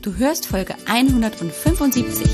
Du hörst Folge 175.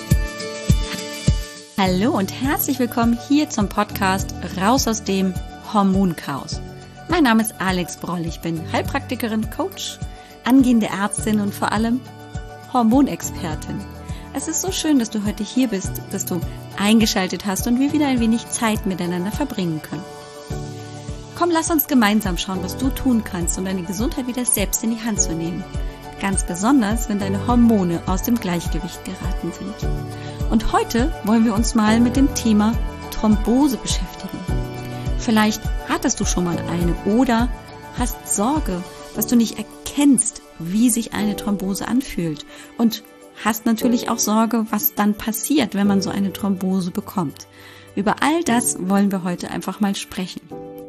Hallo und herzlich willkommen hier zum Podcast Raus aus dem Hormonchaos. Mein Name ist Alex Broll, ich bin Heilpraktikerin, Coach, angehende Ärztin und vor allem Hormonexpertin. Es ist so schön, dass du heute hier bist, dass du eingeschaltet hast und wir wieder ein wenig Zeit miteinander verbringen können. Komm, lass uns gemeinsam schauen, was du tun kannst, um deine Gesundheit wieder selbst in die Hand zu nehmen. Ganz besonders, wenn deine Hormone aus dem Gleichgewicht geraten sind. Und heute wollen wir uns mal mit dem Thema Thrombose beschäftigen. Vielleicht hattest du schon mal eine oder hast Sorge, dass du nicht erkennst, wie sich eine Thrombose anfühlt. Und hast natürlich auch Sorge, was dann passiert, wenn man so eine Thrombose bekommt. Über all das wollen wir heute einfach mal sprechen.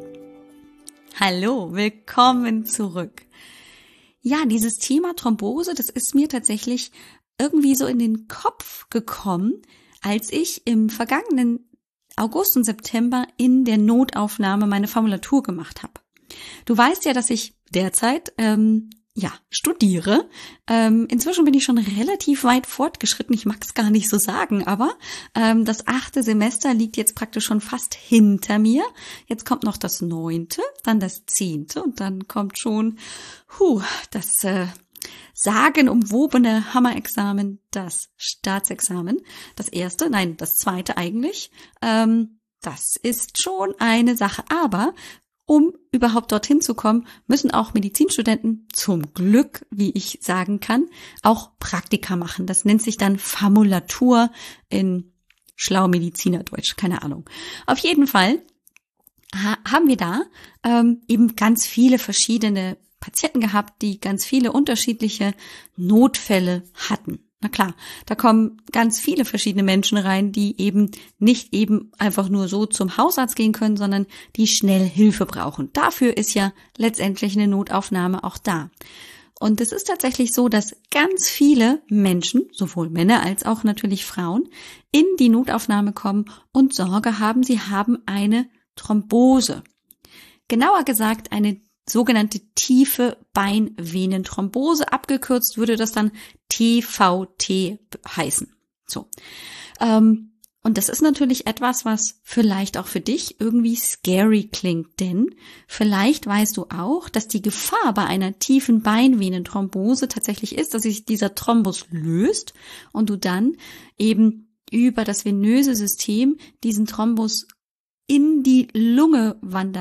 Hallo, willkommen zurück. Ja, dieses Thema Thrombose, das ist mir tatsächlich irgendwie so in den Kopf gekommen, als ich im vergangenen August und September in der Notaufnahme meine Formulatur gemacht habe. Du weißt ja, dass ich derzeit studiere. Inzwischen bin ich schon relativ weit fortgeschritten. Ich mag es gar nicht so sagen, aber das 8. Semester liegt jetzt praktisch schon fast hinter mir. Jetzt kommt noch das 9., dann das 10. und dann kommt schon das sagenumwobene Hammerexamen, das Staatsexamen. Das zweite eigentlich. Das ist schon eine Sache, aber um überhaupt dorthin zu kommen, müssen auch Medizinstudenten zum Glück, wie ich sagen kann, auch Praktika machen. Das nennt sich dann Formulatur in schlau Medizinerdeutsch, keine Ahnung. Auf jeden Fall haben wir da eben ganz viele verschiedene Patienten gehabt, die ganz viele unterschiedliche Notfälle hatten. Na klar, da kommen ganz viele verschiedene Menschen rein, die eben nicht eben einfach nur so zum Hausarzt gehen können, sondern die schnell Hilfe brauchen. Dafür ist ja letztendlich eine Notaufnahme auch da. Und es ist tatsächlich so, dass ganz viele Menschen, sowohl Männer als auch natürlich Frauen, in die Notaufnahme kommen und Sorge haben, sie haben eine Thrombose. Genauer gesagt eine sogenannte tiefe Beinvenenthrombose, abgekürzt würde das dann TVT heißen. So. Und das ist natürlich etwas, was vielleicht auch für dich irgendwie scary klingt, denn vielleicht weißt du auch, dass die Gefahr bei einer tiefen Beinvenenthrombose tatsächlich ist, dass sich dieser Thrombus löst und du dann eben über das venöse System diesen Thrombus in die Lunge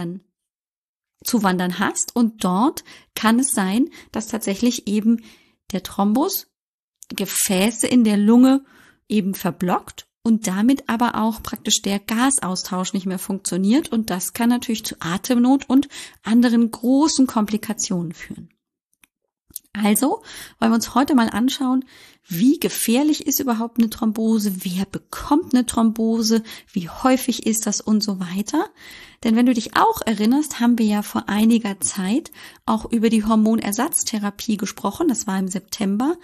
zu wandern hast und dort kann es sein, dass tatsächlich eben der Thrombus Gefäße in der Lunge eben verblockt und damit aber auch praktisch der Gasaustausch nicht mehr funktioniert und das kann natürlich zu Atemnot und anderen großen Komplikationen führen. Also wollen wir uns heute mal anschauen, wie gefährlich ist überhaupt eine Thrombose, wer bekommt eine Thrombose, wie häufig ist das und so weiter. Denn wenn du dich auch erinnerst, haben wir ja vor einiger Zeit auch über die Hormonersatztherapie gesprochen. Das war im September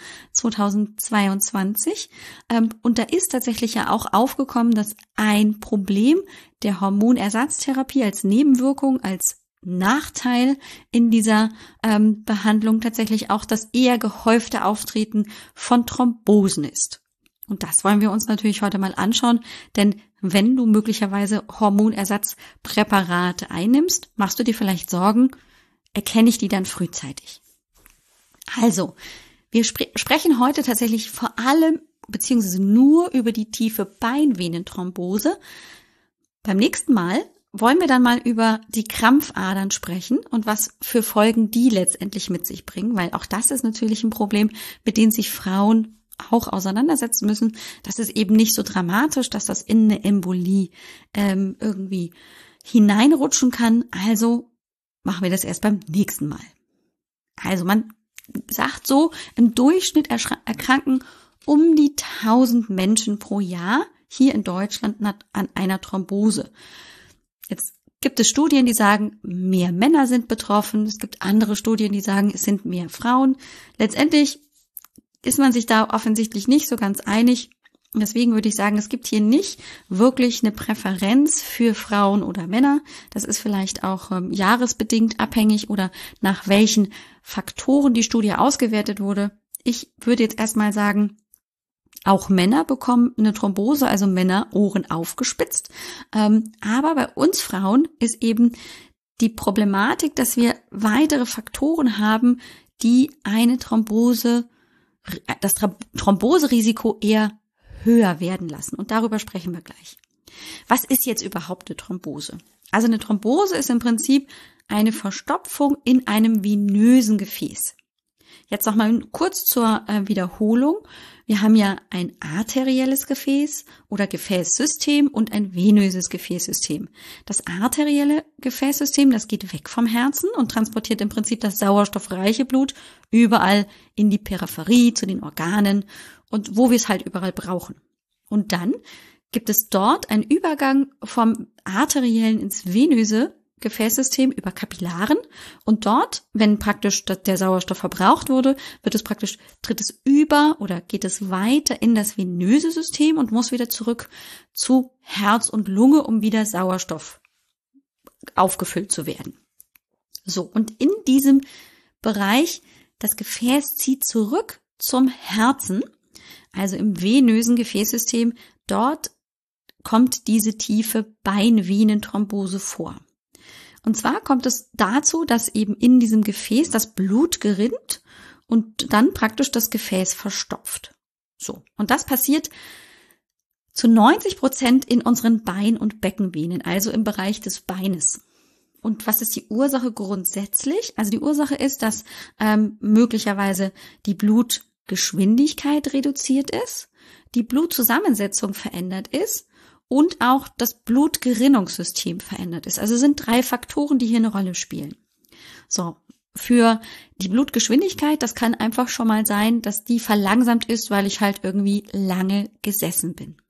2022. Und da ist tatsächlich ja auch aufgekommen, dass ein Problem der Hormonersatztherapie als Nebenwirkung, als Nachteil in dieser Behandlung tatsächlich auch das eher gehäufte Auftreten von Thrombosen ist. Und das wollen wir uns natürlich heute mal anschauen, denn wenn du möglicherweise Hormonersatzpräparate einnimmst, machst du dir vielleicht Sorgen, erkenne ich die dann frühzeitig. Also, wir sprechen heute tatsächlich vor allem beziehungsweise nur über die tiefe Beinvenenthrombose. Beim nächsten Mal wollen wir dann mal über die Krampfadern sprechen und was für Folgen die letztendlich mit sich bringen, weil auch das ist natürlich ein Problem, mit dem sich Frauen auch auseinandersetzen müssen. Das ist eben nicht so dramatisch, dass das in eine Embolie irgendwie hineinrutschen kann. Also machen wir das erst beim nächsten Mal. Also man sagt so, im Durchschnitt erkranken um die 1000 Menschen pro Jahr hier in Deutschland an einer Thrombose. Jetzt gibt es Studien, die sagen, mehr Männer sind betroffen. Es gibt andere Studien, die sagen, es sind mehr Frauen. Letztendlich ist man sich da offensichtlich nicht so ganz einig. Deswegen würde ich sagen, es gibt hier nicht wirklich eine Präferenz für Frauen oder Männer. Das ist vielleicht auch jahresbedingt abhängig oder nach welchen Faktoren die Studie ausgewertet wurde. ich würde jetzt erstmal sagen, auch Männer bekommen eine Thrombose, also Männerohren aufgespitzt. Aber bei uns Frauen ist eben die Problematik, dass wir weitere Faktoren haben, die das Thromboserisiko eher höher werden lassen. Und darüber sprechen wir gleich. Was ist jetzt überhaupt eine Thrombose? Also eine Thrombose ist im Prinzip eine Verstopfung in einem venösen Gefäß. Jetzt noch mal kurz zur Wiederholung. Wir haben ja ein arterielles Gefäß oder Gefäßsystem und ein venöses Gefäßsystem. Das arterielle Gefäßsystem, das geht weg vom Herzen und transportiert im Prinzip das sauerstoffreiche Blut überall in die Peripherie, zu den Organen und wo wir es halt überall brauchen. Und dann gibt es dort einen Übergang vom arteriellen ins venöse Gefäßsystem über Kapillaren und dort, wenn praktisch der Sauerstoff verbraucht wurde, tritt es über oder geht es weiter in das venöse System und muss wieder zurück zu Herz und Lunge, um wieder Sauerstoff aufgefüllt zu werden. So, und in diesem Bereich, das Gefäß zieht zurück zum Herzen, also im venösen Gefäßsystem, dort kommt diese tiefe Beinvenenthrombose vor. Und zwar kommt es dazu, dass eben in diesem Gefäß das Blut gerinnt und dann praktisch das Gefäß verstopft. So. Und das passiert zu 90% in unseren Bein- und Beckenvenen, also im Bereich des Beines. Und was ist die Ursache grundsätzlich? Also die Ursache ist, dass möglicherweise die Blutgeschwindigkeit reduziert ist, die Blutzusammensetzung verändert ist, und auch das Blutgerinnungssystem verändert ist. Also sind 3 Faktoren, die hier eine Rolle spielen. So, für die Blutgeschwindigkeit, das kann einfach schon mal sein, dass die verlangsamt ist, weil ich halt irgendwie lange gesessen bin.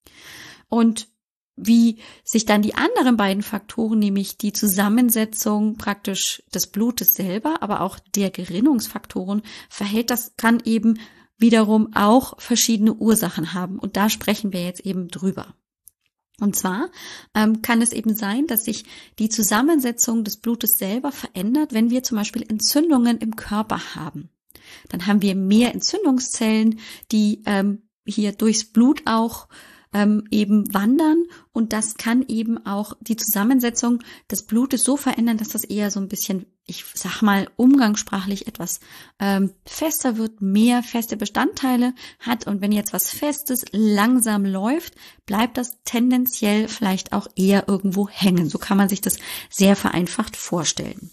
Und wie sich dann die anderen beiden Faktoren, nämlich die Zusammensetzung praktisch des Blutes selber, aber auch der Gerinnungsfaktoren verhält, das kann eben wiederum auch verschiedene Ursachen haben. Und da sprechen wir jetzt eben drüber. Und zwar kann es eben sein, dass sich die Zusammensetzung des Blutes selber verändert, wenn wir zum Beispiel Entzündungen im Körper haben. Dann haben wir mehr Entzündungszellen, die hier durchs Blut auch eben wandern und das kann eben auch die Zusammensetzung des Blutes so verändern, dass das eher so ein bisschen, ich sag mal umgangssprachlich etwas fester wird, mehr feste Bestandteile hat und wenn jetzt was Festes langsam läuft, bleibt das tendenziell vielleicht auch eher irgendwo hängen. So kann man sich das sehr vereinfacht vorstellen.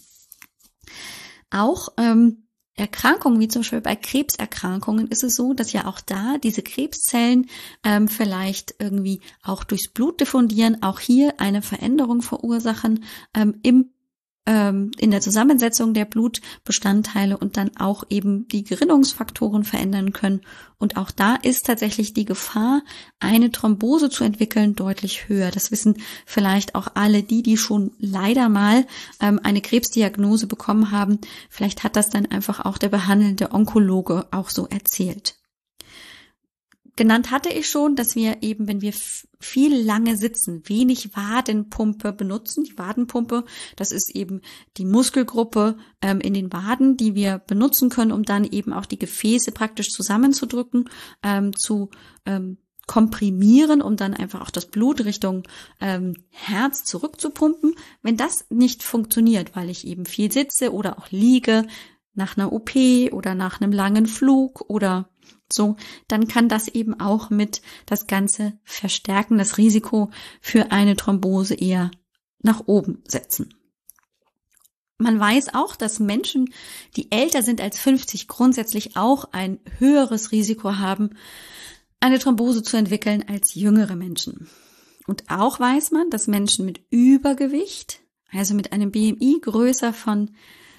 Auch Erkrankungen, wie zum Beispiel bei Krebserkrankungen, ist es so, dass ja auch da diese Krebszellen vielleicht irgendwie auch durchs Blut diffundieren, auch hier eine Veränderung verursachen in der Zusammensetzung der Blutbestandteile und dann auch eben die Gerinnungsfaktoren verändern können. Und auch da ist tatsächlich die Gefahr, eine Thrombose zu entwickeln, deutlich höher. Das wissen vielleicht auch alle die schon leider mal eine Krebsdiagnose bekommen haben. Vielleicht hat das dann einfach auch der behandelnde Onkologe auch so erzählt. Genannt hatte ich schon, dass wir eben, wenn wir viel lange sitzen, wenig Wadenpumpe benutzen. Die Wadenpumpe, das ist eben die Muskelgruppe in den Waden, die wir benutzen können, um dann eben auch die Gefäße praktisch zusammenzudrücken, zu komprimieren, um dann einfach auch das Blut Richtung Herz zurückzupumpen. Wenn das nicht funktioniert, weil ich eben viel sitze oder auch liege, nach einer OP oder nach einem langen Flug oder so, dann kann das eben auch mit das Ganze verstärken, das Risiko für eine Thrombose eher nach oben setzen. Man weiß auch, dass Menschen, die älter sind als 50, grundsätzlich auch ein höheres Risiko haben, eine Thrombose zu entwickeln als jüngere Menschen. Und auch weiß man, dass Menschen mit Übergewicht, also mit einem BMI größer von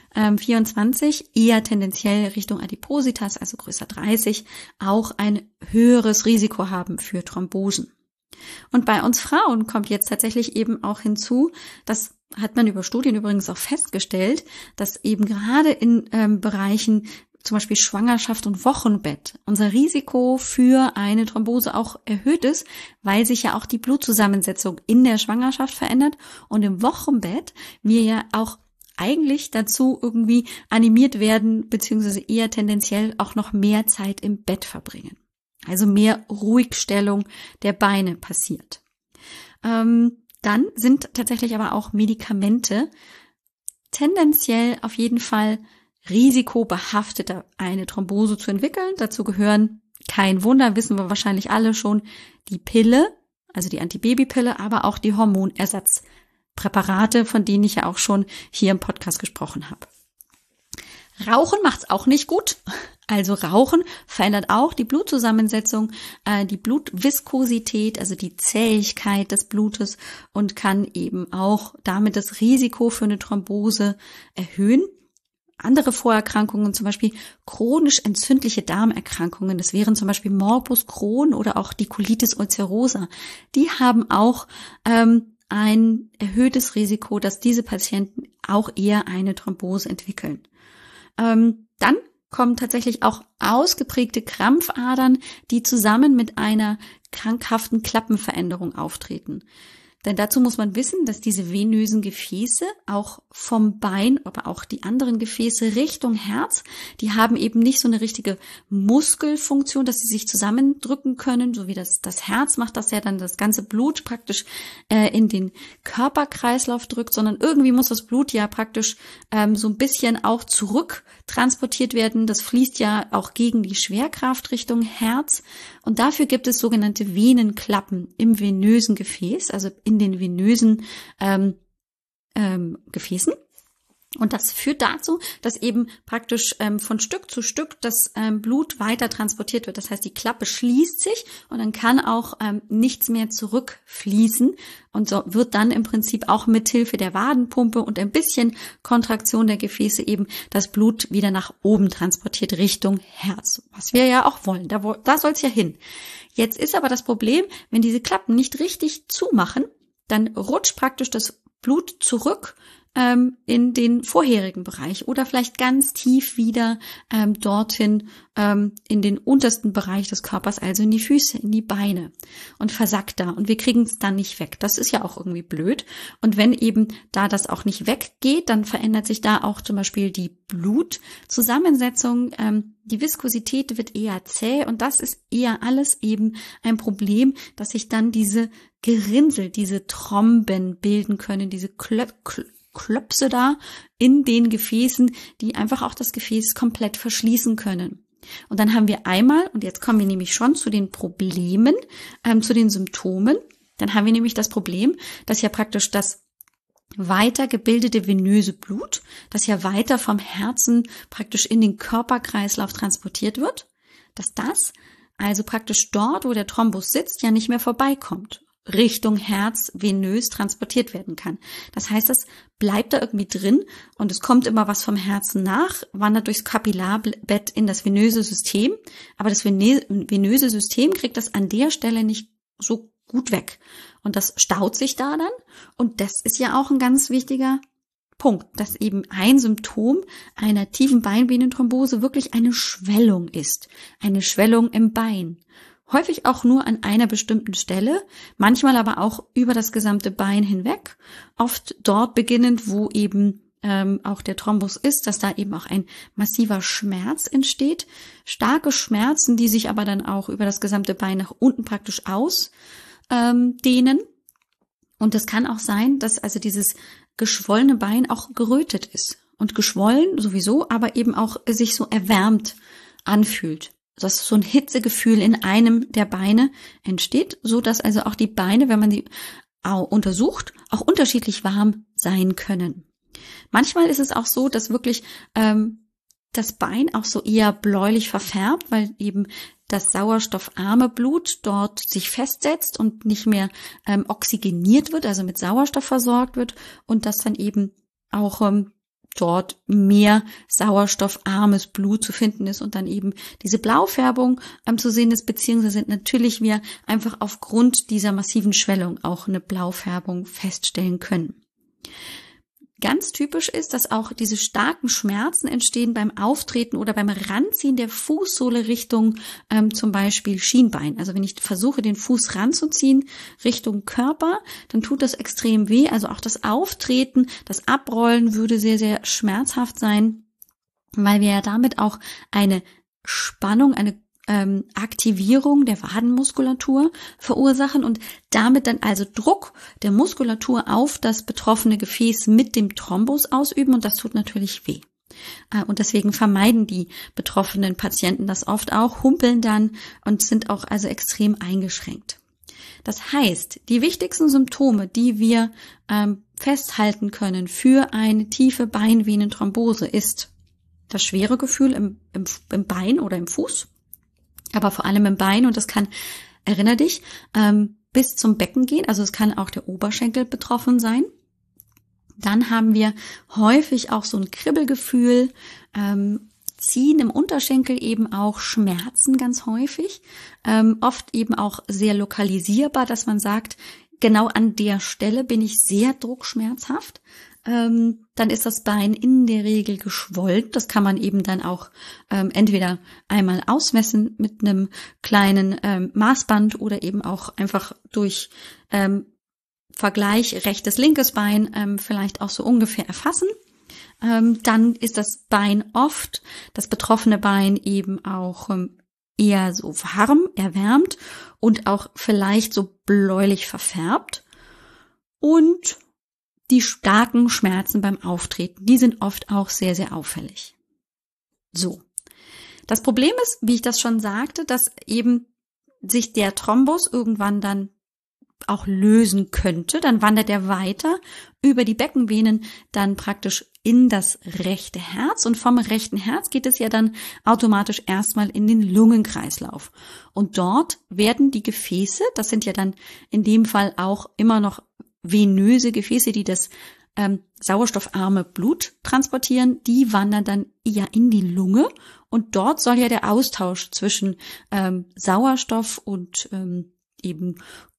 24 eher tendenziell Richtung Adipositas, also größer 30, auch ein höheres Risiko haben für Thrombosen. Und bei uns Frauen kommt jetzt tatsächlich eben auch hinzu, das hat man über Studien übrigens auch festgestellt, dass eben gerade in Bereichen zum Beispiel Schwangerschaft und Wochenbett unser Risiko für eine Thrombose auch erhöht ist, weil sich ja auch die Blutzusammensetzung in der Schwangerschaft verändert und im Wochenbett wir ja auch eigentlich dazu irgendwie animiert werden, beziehungsweise eher tendenziell auch noch mehr Zeit im Bett verbringen. Also mehr Ruhigstellung der Beine passiert. Dann sind tatsächlich aber auch Medikamente tendenziell auf jeden Fall risikobehafteter, eine Thrombose zu entwickeln. Dazu gehören, kein Wunder, wissen wir wahrscheinlich alle schon, die Pille, also die Antibabypille, aber auch die Hormonersatzpräparate, von denen ich ja auch schon hier im Podcast gesprochen habe. Rauchen macht's auch nicht gut. Also Rauchen verändert auch die Blutzusammensetzung, die Blutviskosität, also die Zähigkeit des Blutes und kann eben auch damit das Risiko für eine Thrombose erhöhen. Andere Vorerkrankungen, zum Beispiel chronisch entzündliche Darmerkrankungen, das wären zum Beispiel Morbus Crohn oder auch die Colitis ulcerosa, die haben auch ein erhöhtes Risiko, dass diese Patienten auch eher eine Thrombose entwickeln. Dann kommen tatsächlich auch ausgeprägte Krampfadern, die zusammen mit einer krankhaften Klappenveränderung auftreten. Denn dazu muss man wissen, dass diese venösen Gefäße auch vom Bein, aber auch die anderen Gefäße Richtung Herz, die haben eben nicht so eine richtige Muskelfunktion, dass sie sich zusammendrücken können, so wie das Herz macht das ja dann das ganze Blut praktisch in den Körperkreislauf drückt, sondern irgendwie muss das Blut ja praktisch so ein bisschen auch zurück transportiert werden. Das fließt ja auch gegen die Schwerkraft Richtung Herz und dafür gibt es sogenannte Venenklappen im venösen Gefäß, also in den venösen Gefäßen. Und das führt dazu, dass eben praktisch von Stück zu Stück das Blut weiter transportiert wird. Das heißt, die Klappe schließt sich und dann kann auch nichts mehr zurückfließen und so wird dann im Prinzip auch mithilfe der Wadenpumpe und ein bisschen Kontraktion der Gefäße eben das Blut wieder nach oben transportiert Richtung Herz, was wir ja auch wollen. Da soll es ja hin. Jetzt ist aber das Problem, wenn diese Klappen nicht richtig zumachen, dann rutscht praktisch das Blut zurück in den vorherigen Bereich oder vielleicht ganz tief wieder dorthin in den untersten Bereich des Körpers, also in die Füße, in die Beine und versackt da und wir kriegen es dann nicht weg. Das ist ja auch irgendwie blöd und wenn eben da das auch nicht weggeht, dann verändert sich da auch zum Beispiel die Blutzusammensetzung, die Viskosität wird eher zäh und das ist eher alles eben ein Problem, dass sich dann diese Gerinnsel, diese Thromben bilden können, diese Klöpse da in den Gefäßen, die einfach auch das Gefäß komplett verschließen können. Und dann haben wir einmal, und jetzt kommen wir nämlich schon zu den Problemen, zu den Symptomen, dann haben wir nämlich das Problem, dass ja praktisch das weiter gebildete venöse Blut, das ja weiter vom Herzen praktisch in den Körperkreislauf transportiert wird, dass das also praktisch dort, wo der Thrombus sitzt, ja nicht mehr vorbeikommt. Richtung Herz venös transportiert werden kann. Das heißt, das bleibt da irgendwie drin und es kommt immer was vom Herzen nach, wandert durchs Kapillarbett in das venöse System, aber das venöse System kriegt das an der Stelle nicht so gut weg und das staut sich da dann und das ist ja auch ein ganz wichtiger Punkt, dass eben ein Symptom einer tiefen Beinvenenthrombose wirklich eine Schwellung ist, eine Schwellung im Bein. Häufig auch nur an einer bestimmten Stelle, manchmal aber auch über das gesamte Bein hinweg, oft dort beginnend, wo eben auch der Thrombus ist, dass da eben auch ein massiver Schmerz entsteht, starke Schmerzen, die sich aber dann auch über das gesamte Bein nach unten praktisch ausdehnen. Und es kann auch sein, dass also dieses geschwollene Bein auch gerötet ist und geschwollen sowieso, aber eben auch sich so erwärmt anfühlt. Dass so ein Hitzegefühl in einem der Beine entsteht, so dass also auch die Beine, wenn man sie untersucht, auch unterschiedlich warm sein können. Manchmal ist es auch so, dass wirklich das Bein auch so eher bläulich verfärbt, weil eben das sauerstoffarme Blut dort sich festsetzt und nicht mehr oxygeniert wird, also mit Sauerstoff versorgt wird und das dann eben auch dort mehr sauerstoffarmes Blut zu finden ist und dann eben diese Blaufärbung zu sehen ist, beziehungsweise natürlich wir einfach aufgrund dieser massiven Schwellung auch eine Blaufärbung feststellen können. Ganz typisch ist, dass auch diese starken Schmerzen entstehen beim Auftreten oder beim Ranziehen der Fußsohle Richtung zum Beispiel Schienbein. Also wenn ich versuche, den Fuß ranzuziehen Richtung Körper, dann tut das extrem weh. Also auch das Auftreten, das Abrollen würde sehr, sehr schmerzhaft sein, weil wir ja damit auch eine Spannung, eine Aktivierung der Wadenmuskulatur verursachen und damit dann also Druck der Muskulatur auf das betroffene Gefäß mit dem Thrombus ausüben und das tut natürlich weh. Und deswegen vermeiden die betroffenen Patienten das oft auch, humpeln dann und sind auch also extrem eingeschränkt. Das heißt, die wichtigsten Symptome, die wir festhalten können für eine tiefe Beinvenenthrombose ist das schwere Gefühl im Bein oder im Fuß, aber vor allem im Bein und das kann, erinnere dich, bis zum Becken gehen, also es kann auch der Oberschenkel betroffen sein. Dann haben wir häufig auch so ein Kribbelgefühl, Ziehen im Unterschenkel, eben auch Schmerzen ganz häufig, oft eben auch sehr lokalisierbar, dass man sagt, genau an der Stelle bin ich sehr druckschmerzhaft. Dann ist das Bein in der Regel geschwollen. Das kann man eben dann auch entweder einmal ausmessen mit einem kleinen Maßband oder eben auch einfach durch Vergleich rechtes, linkes Bein vielleicht auch so ungefähr erfassen. Dann ist das Bein oft, das betroffene Bein eben auch eher so warm, erwärmt und auch vielleicht so bläulich verfärbt. Und die starken Schmerzen beim Auftreten, die sind oft auch sehr, sehr auffällig. So. Das Problem ist, wie ich das schon sagte, dass eben sich der Thrombus irgendwann dann auch lösen könnte. Dann wandert er weiter über die Beckenvenen dann praktisch in das rechte Herz und vom rechten Herz geht es ja dann automatisch erstmal in den Lungenkreislauf. Und dort werden die Gefäße, das sind ja dann in dem Fall auch immer noch venöse Gefäße, die das sauerstoffarme Blut transportieren, die wandern dann ja in die Lunge und dort soll ja der Austausch zwischen Sauerstoff und eben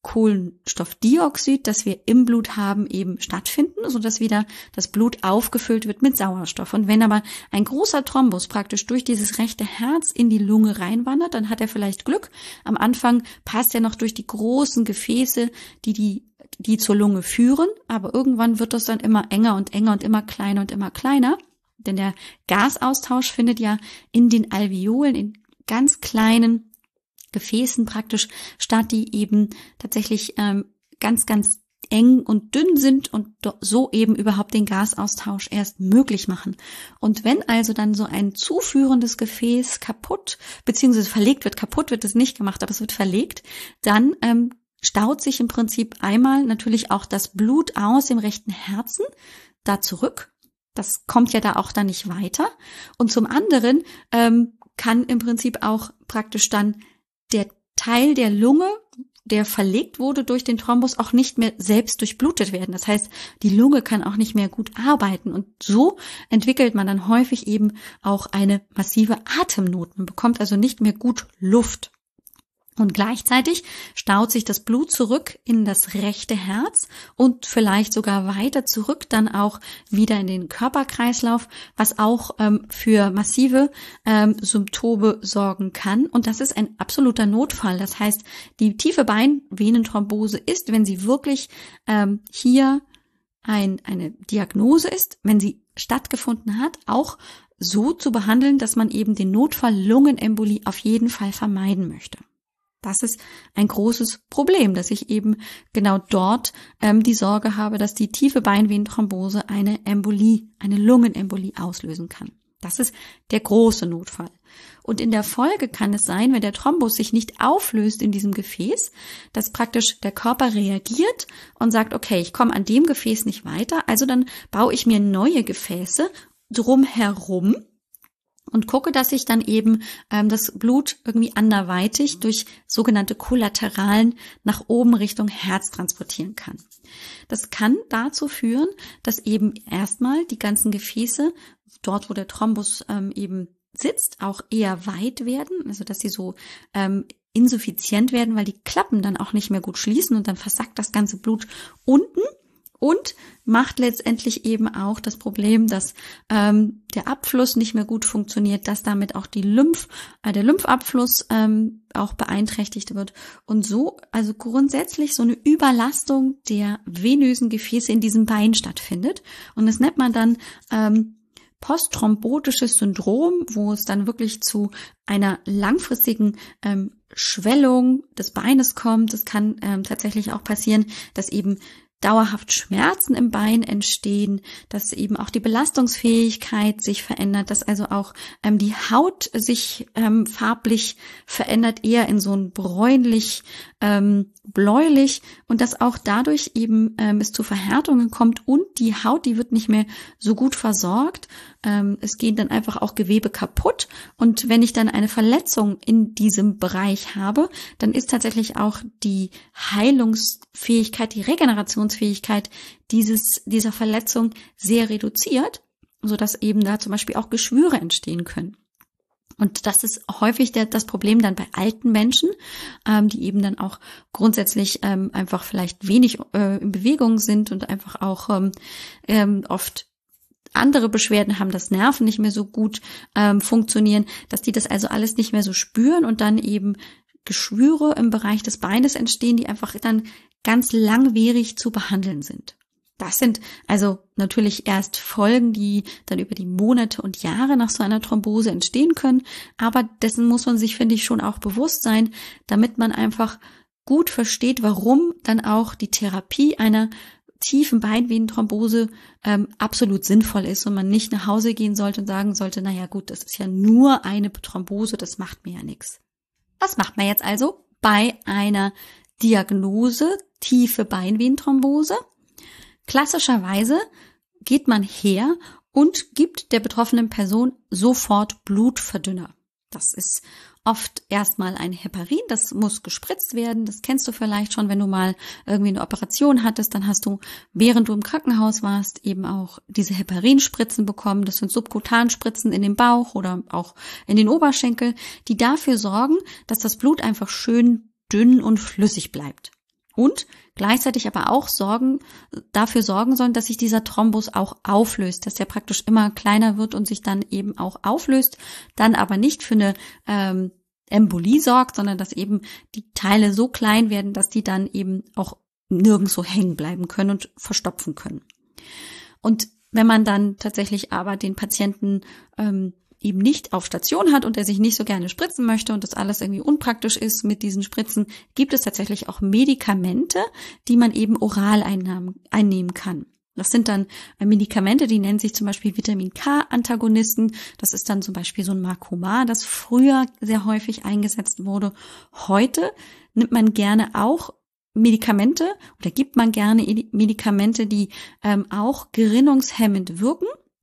Kohlenstoffdioxid, das wir im Blut haben, eben stattfinden, sodass wieder das Blut aufgefüllt wird mit Sauerstoff. Und wenn aber ein großer Thrombus praktisch durch dieses rechte Herz in die Lunge reinwandert, dann hat er vielleicht Glück. Am Anfang passt er noch durch die großen Gefäße, die zur Lunge führen, aber irgendwann wird das dann immer enger und enger und immer kleiner, denn der Gasaustausch findet ja in den Alveolen, in ganz kleinen Gefäßen praktisch statt, die eben tatsächlich ganz, ganz eng und dünn sind und so eben überhaupt den Gasaustausch erst möglich machen. Und wenn also dann so ein zuführendes Gefäß kaputt bzw. verlegt wird, kaputt wird es nicht gemacht, aber es wird verlegt, dann staut sich im Prinzip einmal natürlich auch das Blut aus dem rechten Herzen da zurück. Das kommt ja da auch dann nicht weiter. Und zum anderen kann im Prinzip auch praktisch dann der Teil der Lunge, der verlegt wurde durch den Thrombus, auch nicht mehr selbst durchblutet werden. Das heißt, die Lunge kann auch nicht mehr gut arbeiten. Und so entwickelt man dann häufig eben auch eine massive Atemnot. Man bekommt also nicht mehr gut Luft. Und gleichzeitig staut sich das Blut zurück in das rechte Herz und vielleicht sogar weiter zurück dann auch wieder in den Körperkreislauf, was auch für massive Symptome sorgen kann. Und das ist ein absoluter Notfall. Das heißt, die tiefe Beinvenenthrombose ist, wenn sie wirklich hier eine Diagnose ist, wenn sie stattgefunden hat, auch so zu behandeln, dass man eben den Notfall Lungenembolie auf jeden Fall vermeiden möchte. Das ist ein großes Problem, dass ich eben genau dort die Sorge habe, dass die tiefe Beinvenenthrombose eine Embolie, eine Lungenembolie auslösen kann. Das ist der große Notfall. Und in der Folge kann es sein, wenn der Thrombus sich nicht auflöst in diesem Gefäß, dass praktisch der Körper reagiert und sagt, okay, ich komme an dem Gefäß nicht weiter, also dann baue ich mir neue Gefäße drumherum und gucke, dass ich dann eben das Blut irgendwie anderweitig durch sogenannte Kollateralen nach oben Richtung Herz transportieren kann. Das kann dazu führen, dass eben erstmal die ganzen Gefäße, dort wo der Thrombus eben sitzt, auch eher weit werden, also dass sie so insuffizient werden, weil die Klappen dann auch nicht mehr gut schließen und dann versackt das ganze Blut unten. und macht letztendlich eben auch das Problem, dass der Abfluss nicht mehr gut funktioniert, dass damit auch der Lymphabfluss auch beeinträchtigt wird und so, also grundsätzlich so eine Überlastung der venösen Gefäße in diesem Bein stattfindet. Und das nennt man dann postthrombotisches Syndrom, wo es dann wirklich zu einer langfristigen Schwellung des Beines kommt. Es kann tatsächlich auch passieren, dass eben dauerhaft Schmerzen im Bein entstehen, dass eben auch die Belastungsfähigkeit sich verändert, dass also auch die Haut sich farblich verändert, eher in so ein bräunlich, bläulich und dass auch dadurch eben es zu Verhärtungen kommt und die Haut, die wird nicht mehr so gut versorgt. Es gehen dann einfach auch Gewebe kaputt und wenn ich dann eine Verletzung in diesem Bereich habe, dann ist tatsächlich auch die Heilungsfähigkeit, die Regenerationsfähigkeit dieser Verletzung sehr reduziert, sodass eben da zum Beispiel auch Geschwüre entstehen können. Und das ist häufig das Problem dann bei alten Menschen, die eben dann auch grundsätzlich einfach vielleicht wenig in Bewegung sind und einfach auch oft andere Beschwerden haben, dass Nerven nicht mehr so gut funktionieren, dass die das also alles nicht mehr so spüren und dann eben Geschwüre im Bereich des Beines entstehen, die einfach dann ganz langwierig zu behandeln sind. Das sind also natürlich erst Folgen, die dann über die Monate und Jahre nach so einer Thrombose entstehen können, aber dessen muss man sich, finde ich, schon auch bewusst sein, damit man einfach gut versteht, warum dann auch die Therapie einer tiefen Beinvenenthrombose absolut sinnvoll ist und man nicht nach Hause gehen sollte und sagen sollte, naja gut, das ist ja nur eine Thrombose, das macht mir ja nichts. Was macht man jetzt also bei einer Diagnose tiefe Beinvenenthrombose? Klassischerweise geht man her und gibt der betroffenen Person sofort Blutverdünner. Das ist oft erstmal ein Heparin, das muss gespritzt werden. Das kennst du vielleicht schon, wenn du mal irgendwie eine Operation hattest, dann hast du, während du im Krankenhaus warst, eben auch diese Heparinspritzen bekommen. Das sind Subkutanspritzen in den Bauch oder auch in den Oberschenkel, die dafür sorgen, dass das Blut einfach schön dünn und flüssig bleibt. Und gleichzeitig aber auch dafür sorgen sollen, dass sich dieser Thrombus auch auflöst, dass der praktisch immer kleiner wird und sich dann eben auch auflöst, dann aber nicht für eine Embolie sorgt, sondern dass eben die Teile so klein werden, dass die dann eben auch nirgendwo hängen bleiben können und verstopfen können. Und wenn man dann tatsächlich aber den Patienten eben nicht auf Station hat und er sich nicht so gerne spritzen möchte und das alles irgendwie unpraktisch ist mit diesen Spritzen, gibt es tatsächlich auch Medikamente, die man eben oral einnehmen kann. Das sind dann Medikamente, die nennen sich zum Beispiel Vitamin-K-Antagonisten. Das ist dann zum Beispiel so ein Marcomar, das früher sehr häufig eingesetzt wurde. Heute nimmt man gerne auch Medikamente oder gibt man gerne Medikamente, die auch gerinnungshemmend wirken,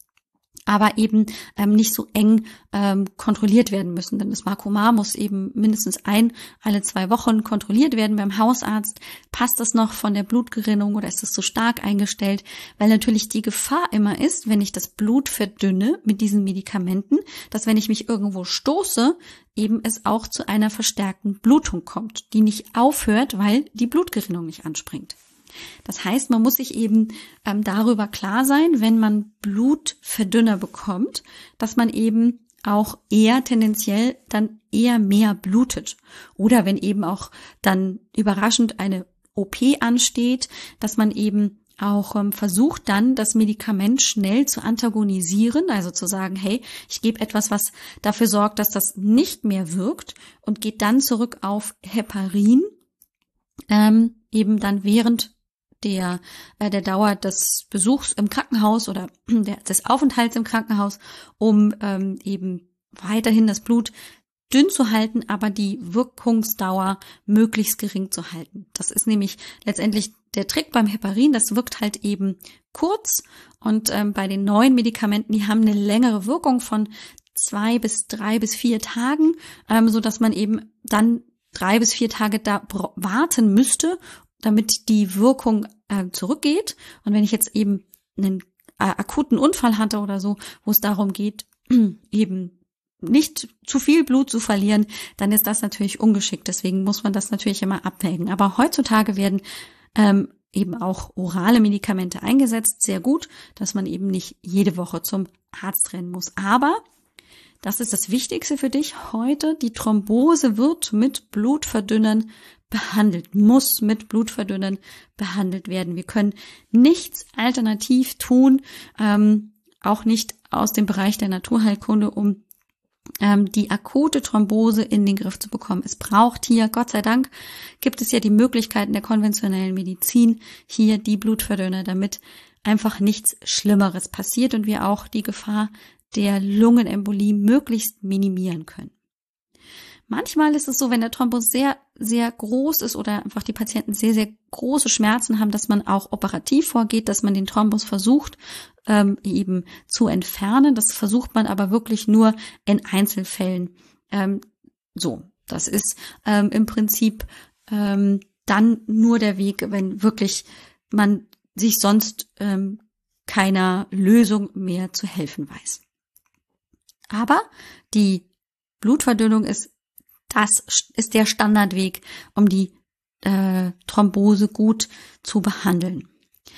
aber eben nicht so eng kontrolliert werden müssen. Denn das Marcomar muss eben mindestens alle 2 Wochen kontrolliert werden beim Hausarzt. Passt das noch von der Blutgerinnung oder ist es zu stark eingestellt? Weil natürlich die Gefahr immer ist, wenn ich das Blut verdünne mit diesen Medikamenten, dass wenn ich mich irgendwo stoße, eben es auch zu einer verstärkten Blutung kommt, die nicht aufhört, weil die Blutgerinnung nicht anspringt. Das heißt, man muss sich eben darüber klar sein, wenn man Blutverdünner bekommt, dass man eben auch eher tendenziell dann eher mehr blutet. Oder wenn eben auch dann überraschend eine OP ansteht, dass man eben auch versucht dann, das Medikament schnell zu antagonisieren, also zu sagen, hey, ich gebe etwas, was dafür sorgt, dass das nicht mehr wirkt und geht dann zurück auf Heparin, eben dann während der Dauer des Besuchs im Krankenhaus oder des Aufenthalts im Krankenhaus, um eben weiterhin das Blut dünn zu halten, aber die Wirkungsdauer möglichst gering zu halten. Das ist nämlich letztendlich der Trick beim Heparin, das wirkt halt eben kurz und bei den neuen Medikamenten, die haben eine längere Wirkung von 2 bis 3 bis 4 Tagen, so dass man eben dann 3 bis 4 Tage da warten müsste, damit die Wirkung zurückgeht. Und wenn ich jetzt eben einen akuten Unfall hatte oder so, wo es darum geht, eben nicht zu viel Blut zu verlieren, dann ist das natürlich ungeschickt. Deswegen muss man das natürlich immer abwägen. Aber heutzutage werden eben auch orale Medikamente eingesetzt. Sehr gut, dass man eben nicht jede Woche zum Arzt rennen muss. Aber das ist das Wichtigste für dich heute. Die Thrombose wird mit Blutverdünnern behandelt, muss mit Blutverdünnern behandelt werden. Wir können nichts alternativ tun, auch nicht aus dem Bereich der Naturheilkunde, um die akute Thrombose in den Griff zu bekommen. Es braucht hier, Gott sei Dank, gibt es ja die Möglichkeiten der konventionellen Medizin, hier die Blutverdünner, damit einfach nichts Schlimmeres passiert und wir auch die Gefahr der Lungenembolie möglichst minimieren können. Manchmal ist es so, wenn der Thrombus sehr, sehr groß ist oder einfach die Patienten sehr, sehr große Schmerzen haben, dass man auch operativ vorgeht, dass man den Thrombus versucht eben zu entfernen. Das versucht man aber wirklich nur in Einzelfällen. Das ist im Prinzip dann nur der Weg, wenn wirklich man sich sonst keiner Lösung mehr zu helfen weiß. Aber die Blutverdünnung ist der Standardweg, um die Thrombose gut zu behandeln.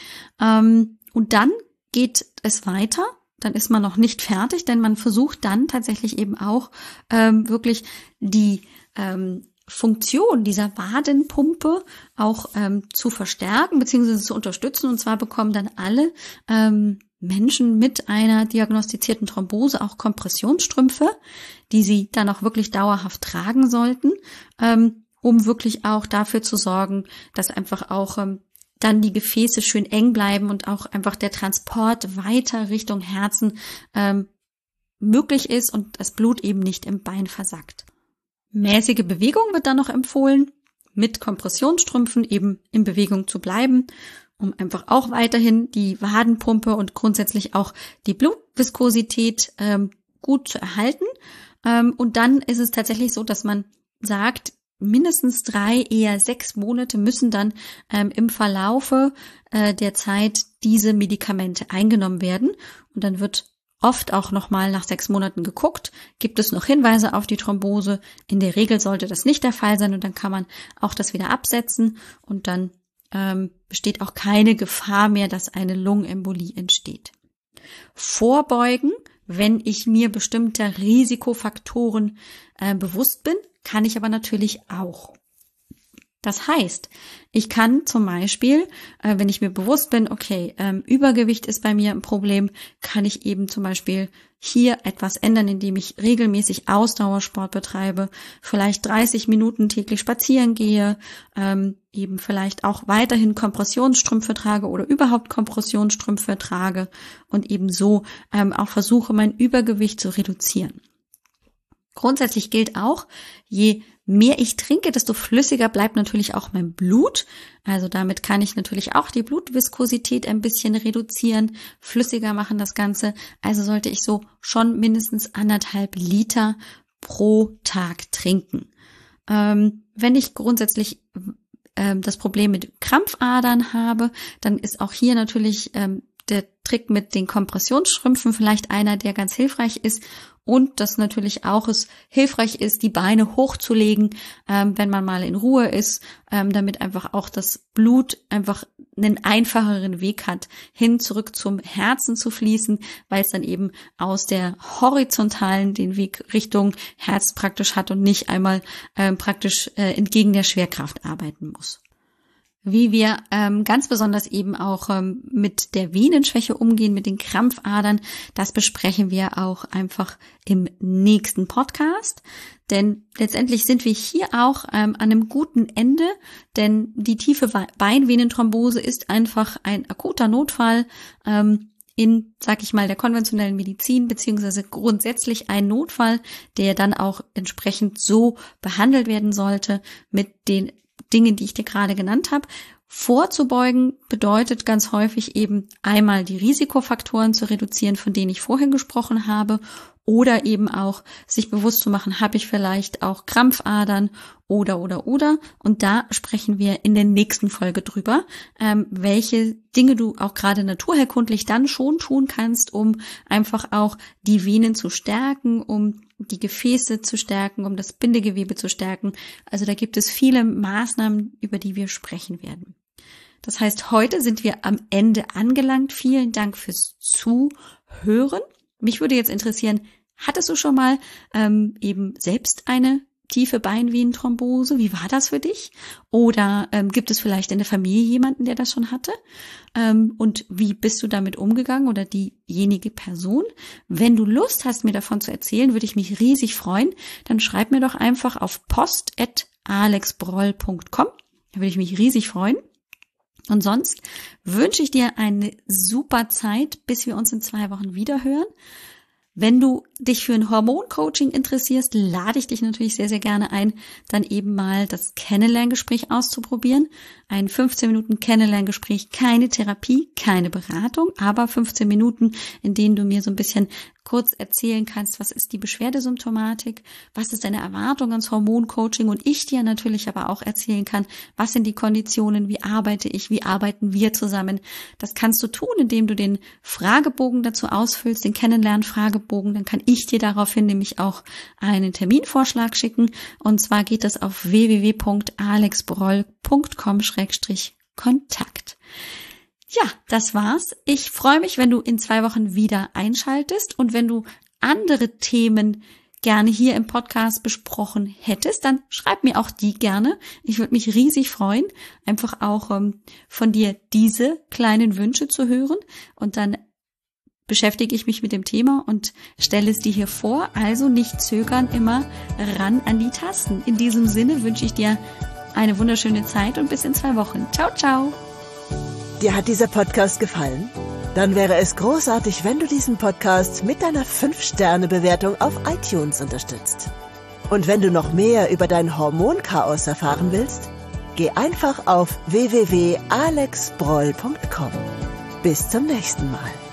Und dann geht es weiter. Dann ist man noch nicht fertig, denn man versucht dann tatsächlich eben auch wirklich die Funktion dieser Wadenpumpe auch zu verstärken bzw. zu unterstützen. Und zwar bekommen dann alle Menschen mit einer diagnostizierten Thrombose auch Kompressionsstrümpfe, die sie dann auch wirklich dauerhaft tragen sollten, um wirklich auch dafür zu sorgen, dass einfach auch dann die Gefäße schön eng bleiben und auch einfach der Transport weiter Richtung Herzen möglich ist und das Blut eben nicht im Bein versackt. Mäßige Bewegung wird dann noch empfohlen, mit Kompressionsstrümpfen eben in Bewegung zu bleiben, um einfach auch weiterhin die Wadenpumpe und grundsätzlich auch die Blutviskosität gut zu erhalten. Und dann ist es tatsächlich so, dass man sagt, mindestens 3, eher 6 Monate müssen dann im Verlaufe der Zeit diese Medikamente eingenommen werden. Und dann wird oft auch nochmal nach 6 Monaten geguckt, gibt es noch Hinweise auf die Thrombose. In der Regel sollte das nicht der Fall sein und dann kann man auch das wieder absetzen und dann besteht auch keine Gefahr mehr, dass eine Lungenembolie entsteht. Vorbeugen, wenn ich mir bestimmter Risikofaktoren bewusst bin, kann ich aber natürlich auch. Das heißt, ich kann zum Beispiel, wenn ich mir bewusst bin, okay, Übergewicht ist bei mir ein Problem, kann ich eben zum Beispiel hier etwas ändern, indem ich regelmäßig Ausdauersport betreibe, vielleicht 30 Minuten täglich spazieren gehe, eben vielleicht auch weiterhin Kompressionsstrümpfe trage oder überhaupt Kompressionsstrümpfe trage und eben so auch versuche, mein Übergewicht zu reduzieren. Grundsätzlich gilt auch, je mehr ich trinke, desto flüssiger bleibt natürlich auch mein Blut. Also damit kann ich natürlich auch die Blutviskosität ein bisschen reduzieren, flüssiger machen das Ganze. Also sollte ich so schon mindestens 1,5 Liter pro Tag trinken. Wenn ich grundsätzlich das Problem mit Krampfadern habe, dann ist auch hier natürlich der Trick mit den Kompressionsstrümpfen vielleicht einer, der ganz hilfreich ist. Und dass natürlich auch es hilfreich ist, die Beine hochzulegen, wenn man mal in Ruhe ist, damit einfach auch das Blut einfach einen einfacheren Weg hat, zurück zum Herzen zu fließen, weil es dann eben aus der horizontalen den Weg Richtung Herz praktisch hat und nicht einmal praktisch entgegen der Schwerkraft arbeiten muss. Wie wir ganz besonders eben auch mit der Venenschwäche umgehen, mit den Krampfadern, das besprechen wir auch einfach im nächsten Podcast. Denn letztendlich sind wir hier auch an einem guten Ende, denn die tiefe Beinvenenthrombose ist einfach ein akuter Notfall in, sag ich mal, der konventionellen Medizin, beziehungsweise grundsätzlich ein Notfall, der dann auch entsprechend so behandelt werden sollte mit den Dinge, die ich dir gerade genannt habe. Vorzubeugen bedeutet ganz häufig eben einmal die Risikofaktoren zu reduzieren, von denen ich vorhin gesprochen habe, oder eben auch sich bewusst zu machen, habe ich vielleicht auch Krampfadern oder. Und da sprechen wir in der nächsten Folge drüber, welche Dinge du auch gerade naturheilkundlich dann schon tun kannst, um einfach auch die Venen zu stärken, um die Gefäße zu stärken, um das Bindegewebe zu stärken. Also da gibt es viele Maßnahmen, über die wir sprechen werden. Das heißt, heute sind wir am Ende angelangt. Vielen Dank fürs Zuhören. Mich würde jetzt interessieren, hattest du schon mal eben selbst eine tiefe Beinvenenthrombose? Wie war das für dich? Oder gibt es vielleicht in der Familie jemanden, der das schon hatte? Und wie bist du damit umgegangen oder diejenige Person? Wenn du Lust hast, mir davon zu erzählen, würde ich mich riesig freuen. Dann schreib mir doch einfach auf post@alexbroll.com. Da würde ich mich riesig freuen. Und sonst wünsche ich dir eine super Zeit, bis wir uns in 2 Wochen wieder hören. Wenn du dich für ein Hormoncoaching interessierst, lade ich dich natürlich sehr, sehr gerne ein, dann eben mal das Kennenlerngespräch auszuprobieren. Ein 15 Minuten Kennenlerngespräch, keine Therapie, keine Beratung, aber 15 Minuten, in denen du mir so ein bisschen kurz erzählen kannst, was ist die Beschwerdesymptomatik, was ist deine Erwartung ans Hormoncoaching und ich dir natürlich aber auch erzählen kann, was sind die Konditionen, wie arbeite ich, wie arbeiten wir zusammen. Das kannst du tun, indem du den Fragebogen dazu ausfüllst, den Kennenlern-Fragebogen, dann kann ich dir daraufhin nämlich auch einen Terminvorschlag schicken und zwar geht das auf www.alexbroll.com/Kontakt. Ja, das war's. Ich freue mich, wenn du in 2 Wochen wieder einschaltest und wenn du andere Themen gerne hier im Podcast besprochen hättest, dann schreib mir auch die gerne. Ich würde mich riesig freuen, einfach auch von dir diese kleinen Wünsche zu hören und dann beschäftige ich mich mit dem Thema und stelle es dir hier vor. Also nicht zögern, immer ran an die Tasten. In diesem Sinne wünsche ich dir eine wunderschöne Zeit und bis in 2 Wochen. Ciao, ciao. Dir hat dieser Podcast gefallen? Dann wäre es großartig, wenn du diesen Podcast mit deiner 5-Sterne-Bewertung auf iTunes unterstützt. Und wenn du noch mehr über dein Hormonchaos erfahren willst, geh einfach auf www.alexbroll.com. Bis zum nächsten Mal.